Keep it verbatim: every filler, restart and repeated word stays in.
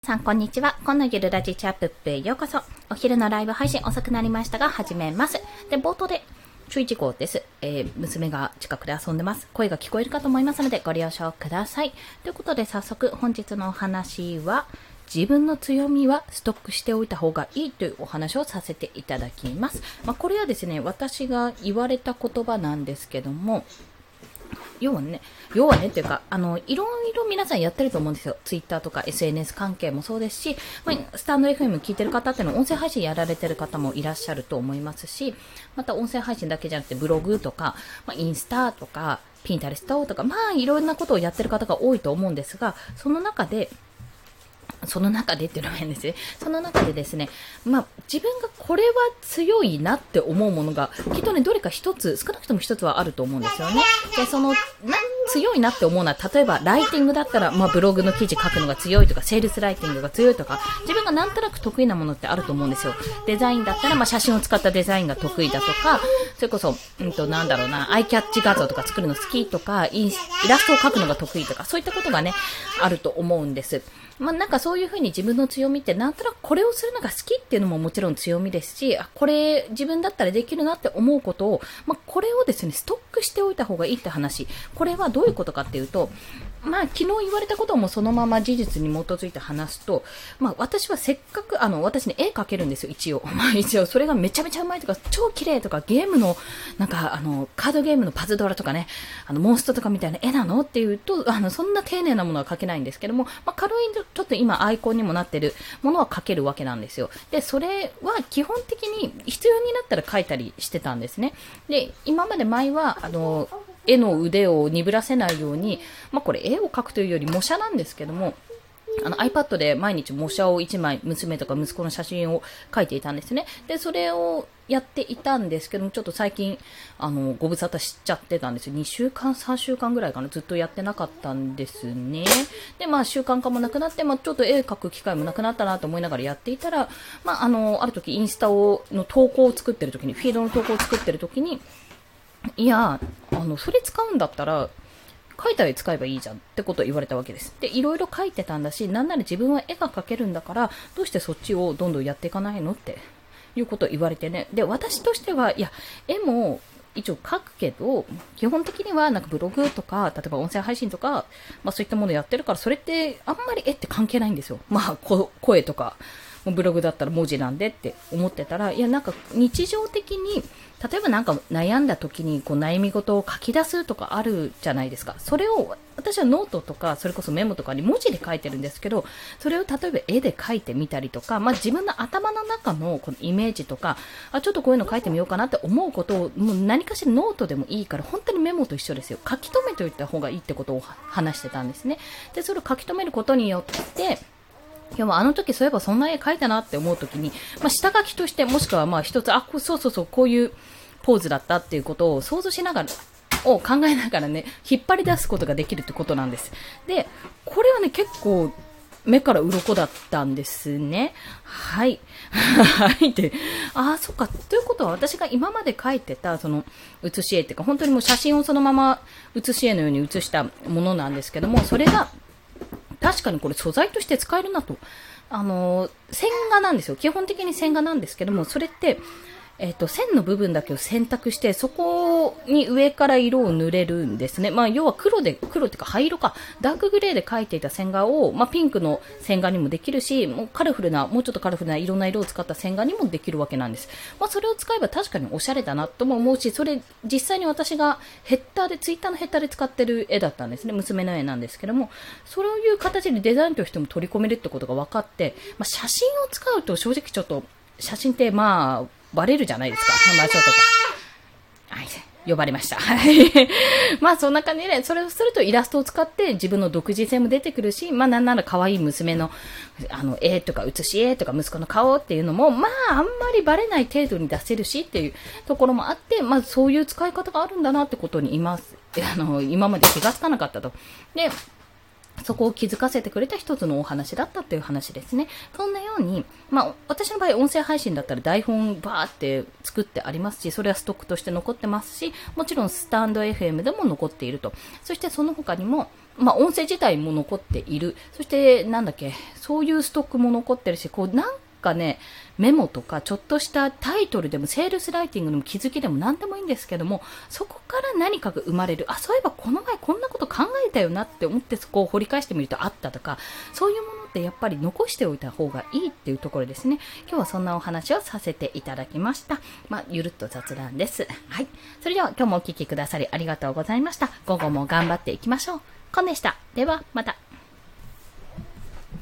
さんこんにちは。今のゆるラジチャップップへようこそ。お昼のライブ配信遅くなりましたが始めます。で、冒頭で注意事項です。えー、娘が近くで遊んでます。声が聞こえるかと思いますのでご了承ください。ということで早速本日のお話は、自分の強みはストックしておいた方がいいというお話をさせていただきます。まあ、これはですね、私が言われた言葉なんですけども、要はね、要はねっていうか、あの、いろいろ皆さんやってると思うんですよ。ツイッターとか エスエヌエス 関係もそうですし、まあ、スタンド エフエム 聞いてる方っていうのは音声配信やられてる方もいらっしゃると思いますし、また音声配信だけじゃなくてブログとか、まあ、インスタとか、ピンタレストとか、まあいろんなことをやってる方が多いと思うんですが、その中で、その中でっていうのは変ですね。その中でですね、まあ、自分がこれは強いなって思うものが、きっとね、どれか一つ、少なくとも一つはあると思うんですよね。で、その、な、強いなって思うのは、例えば、ライティングだったら、まあ、ブログの記事書くのが強いとか、セールスライティングが強いとか、自分がなんとなく得意なものってあると思うんですよ。デザインだったら、まあ、写真を使ったデザインが得意だとか、それこそ、うんと、なんだろうな、アイキャッチ画像とか作るの好きとか、インイラストを描くのが得意とか、そういったことがね、あると思うんです。まあ、なんかそういうふうに自分の強みってなんとなくこれをするのが好きっていうのももちろん強みですし、あ、これ自分だったらできるなって思うことを、まあ、これをですね、ストックしておいた方がいいって話。これはどういうことかっていうと、まあ、昨日言われたこともそのまま事実に基づいて話すと、まあ、私はせっかく、あの、私ね、絵描けるんですよ、一応。まあ、一応、それがめちゃめちゃうまいとか、超綺麗とか、ゲームの、なんか、あの、カードゲームのパズドラとかね、あの、モンストとかみたいな絵なのっていうと、あの、そんな丁寧なものは描けないんですけども、まあ、軽い、ちょっと今、アイコンにもなってるものは描けるわけなんですよ。で、それは基本的に必要になったら描いたりしてたんですね。で、今まで前は、あの、絵の腕を鈍らせないように、まあ、これ絵を描くというより模写なんですけども、あの iPad で毎日模写をいちまい娘とか息子の写真を描いていたんですね。で、それをやっていたんですけども、ちょっと最近、あの、ご無沙汰しちゃってたんですよ。にしゅうかん、さんしゅうかんぐらいかな、ずっとやってなかったんですね。で、まあ習慣化もなくなって、まあちょっと絵描く機会もなくなったなと思いながらやっていたら、まああの、ある時インスタを、の投稿を作ってる時に、フィードの投稿を作ってる時に、いや、あの、それ使うんだったら、描いた絵使えばいいじゃんってことを言われたわけです。で、いろいろ描いてたんだし、なんなら自分は絵が描けるんだから、どうしてそっちをどんどんやっていかないのっていうことを言われてね。で、私としては、いや、絵も一応描くけど、基本的にはなんかブログとか、例えば音声配信とか、まあそういったものやってるから、それってあんまり絵って関係ないんですよ。まあ、こ声とか、ブログだったら文字なんでって思ってたら、いや、なんか日常的に、例えばなんか悩んだ時にこう悩み事を書き出すとかあるじゃないですか。それを私はノートとかそれこそメモとかに文字で書いてるんですけど、それを例えば絵で書いてみたりとか、まあ自分の頭の中のこのイメージとか、あ、ちょっとこういうの書いてみようかなって思うことをもう何かしらノートでもいいから本当にメモと一緒ですよ。書き留めておいた方がいいってことを話してたんですね。で、それを書き留めることによって、いや、あの時そういえばそんな絵描いたなって思う時に、まあ、下書きとしてもしくはまあ一つ、あ、そうそうそう、こういうポーズだったっていうことを想像しながら、を考えながらね、引っ張り出すことができるってことなんです。で、これはね、結構、目から鱗だったんですね。はい。はい。で、ああ、そっか。ということは、私が今まで描いてた、その、写し絵っていうか、本当にもう写真をそのまま写し絵のように写したものなんですけども、それが、確かにこれ素材として使えるなと。あの、線画なんですよ。基本的に線画なんですけども、それって、えっと、線の部分だけを選択して、そこに上から色を塗れるんですね。まあ、要は黒で、黒っていうか灰色か、ダークグレーで描いていた線画を、まあ、ピンクの線画にもできるし、もうカラフルな、もうちょっとカラフルないろんな色を使った線画にもできるわけなんです。まあ、それを使えば確かにおしゃれだなとも思うし、それ、実際に私がヘッダーで、ツイッターのヘッダーで使ってる絵だったんですね。娘の絵なんですけども、そういう形でデザインとしても取り込めるってことが分かって、まあ、写真を使うと正直ちょっと、写真ってまあ、バレるじゃないですか。まあちょっとか。はい。呼ばれました。はい。まあそんな感じで、それをするとイラストを使って自分の独自性も出てくるし、まあなんなら可愛い娘の、あの、絵とか写し絵とか息子の顔っていうのも、まああんまりバレない程度に出せるしっていうところもあって、まあそういう使い方があるんだなってことに今、あの、今まで気がつかなかったと。で、そこを気づかせてくれた一つのお話だったっていう話ですね。そんなように、まあ、私の場合音声配信だったら台本バーって作ってありますし、それはストックとして残ってますし、もちろんスタンド エフエム でも残っていると。そしてその他にも、 まあ、音声自体も残っている。そして、なんだっけ、そういうストックも残ってるし、こう、なんかね、メモとか、ちょっとしたタイトルでも、セールスライティングでも気づきでも何でもいいんですけども、そこから何かが生まれる。あ、そういえばこの前こんなこと考えたよなって思って、そこを掘り返してみるとあったとか、そういうものってやっぱり残しておいた方がいいっていうところですね。今日はそんなお話をさせていただきました。まあ、ゆるっと雑談です。はい。それでは今日もお聞きくださりありがとうございました。午後も頑張っていきましょう。コンでした。では、また。